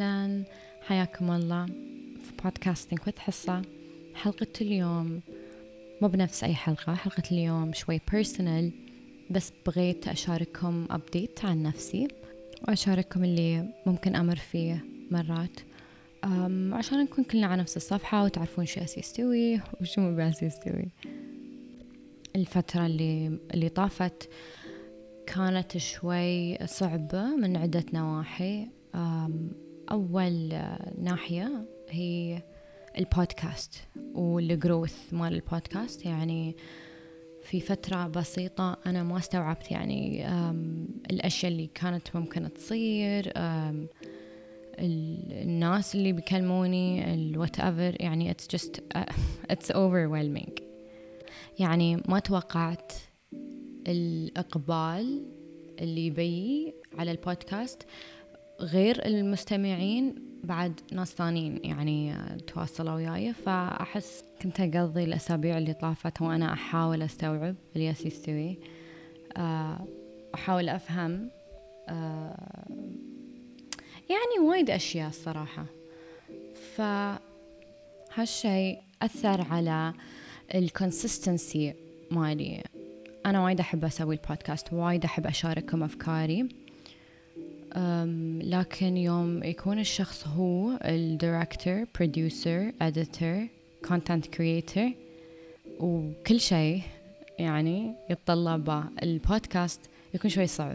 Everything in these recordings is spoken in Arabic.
وسهلا، حياكم الله في بودكاستنج with حصة. حلقة اليوم مو بنفس أي حلقة اليوم شوي personal، بس بغيت أشارككم update عن نفسي وأشارككم اللي ممكن أمر فيه مرات، عشان نكون كلنا على نفس الصفحة وتعرفون شو يستوي وشو مو يستوي. الفترة اللي طافت كانت شوي صعبة من عدة نواحي. أول ناحية هي البودكاست والجروث مال البودكاست. يعني في فترة بسيطة أنا ما استوعبت يعني الأشياء اللي كانت ممكن تصير، الناس اللي بيكلموني whatever. يعني it's overwhelming. يعني ما توقعت الإقبال اللي بي على البودكاست، غير المستمعين بعد ناس ثانيين يعني تواصلوا وياي. فأحس كنت أقضي الأسابيع اللي طافت وأنا أحاول أستوعب اللي يستوي، أحاول أفهم يعني وايد أشياء الصراحة. فهالشي أثر على الكونسيستنسي مالي. أنا وايد أحب أسوي البودكاست، وايد أحب أشارككم أفكاري، لكن يوم يكون الشخص هو الدايركتور، بروديوسر، اديتور، كونتنت كرييتر وكل شيء يعني يتطلب البودكاست، يكون شوي صعب.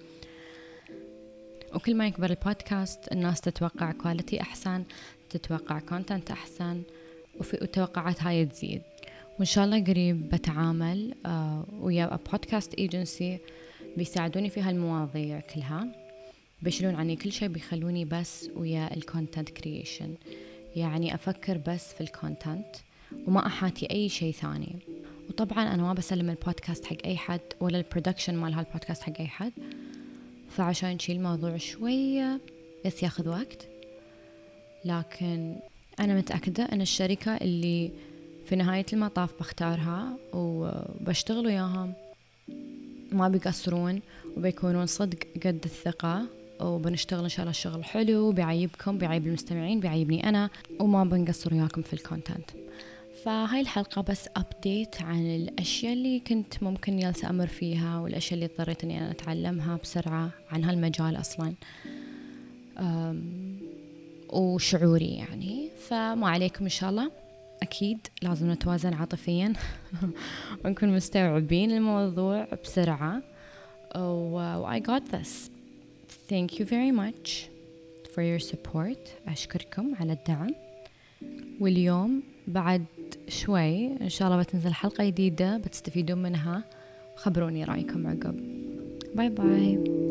وكل ما يكبر البودكاست الناس تتوقع كواليتي أحسن، تتوقع كونتنت أحسن، وفي التوقعات هاي تزيد. وإن شاء الله قريب بتعامل ويا بودكاست ايجنسي بيساعدوني في هالمواضيع كلها، بيشيلون عني كل شيء، بيخلوني بس ويا الكونتنت كرييشن. يعني أفكر بس في الكونتنت وما أحاتي أي شيء ثاني. وطبعا أنا ما بسلم البودكاست حق أي حد ولا البرودكشن مال هالبودكاست حق أي حد، فعشان نشيل الموضوع شوية بس ياخذ وقت. لكن أنا متأكدة أن الشركة اللي في نهاية المطاف بختارها وبشتغل وياهم ما بيقصرون وبيكونون صدق قد الثقة، وبنشتغل إن شاء الله الشغل حلو بيعيبكم، بيعيب المستمعين، بيعيبني أنا، وما بنقصر وياكم في الكونتنت. فهاي الحلقة بس أبديت عن الأشياء اللي كنت ممكن جالسة أمر فيها والأشياء اللي اضطريت أني أنا أتعلمها بسرعة عن هالمجال أصلا، وشعوري يعني. فما عليكم إن شاء الله، أكيد لازم نتوازن عاطفيا ونكون مستوعبين الموضوع بسرعة. I got this. Thank you very much for your support. أشكركم على الدعم. واليوم بعد شوي إن شاء الله بتنزل حلقة جديدة بتستفيدون منها، خبروني رأيكم عقب. باي باي.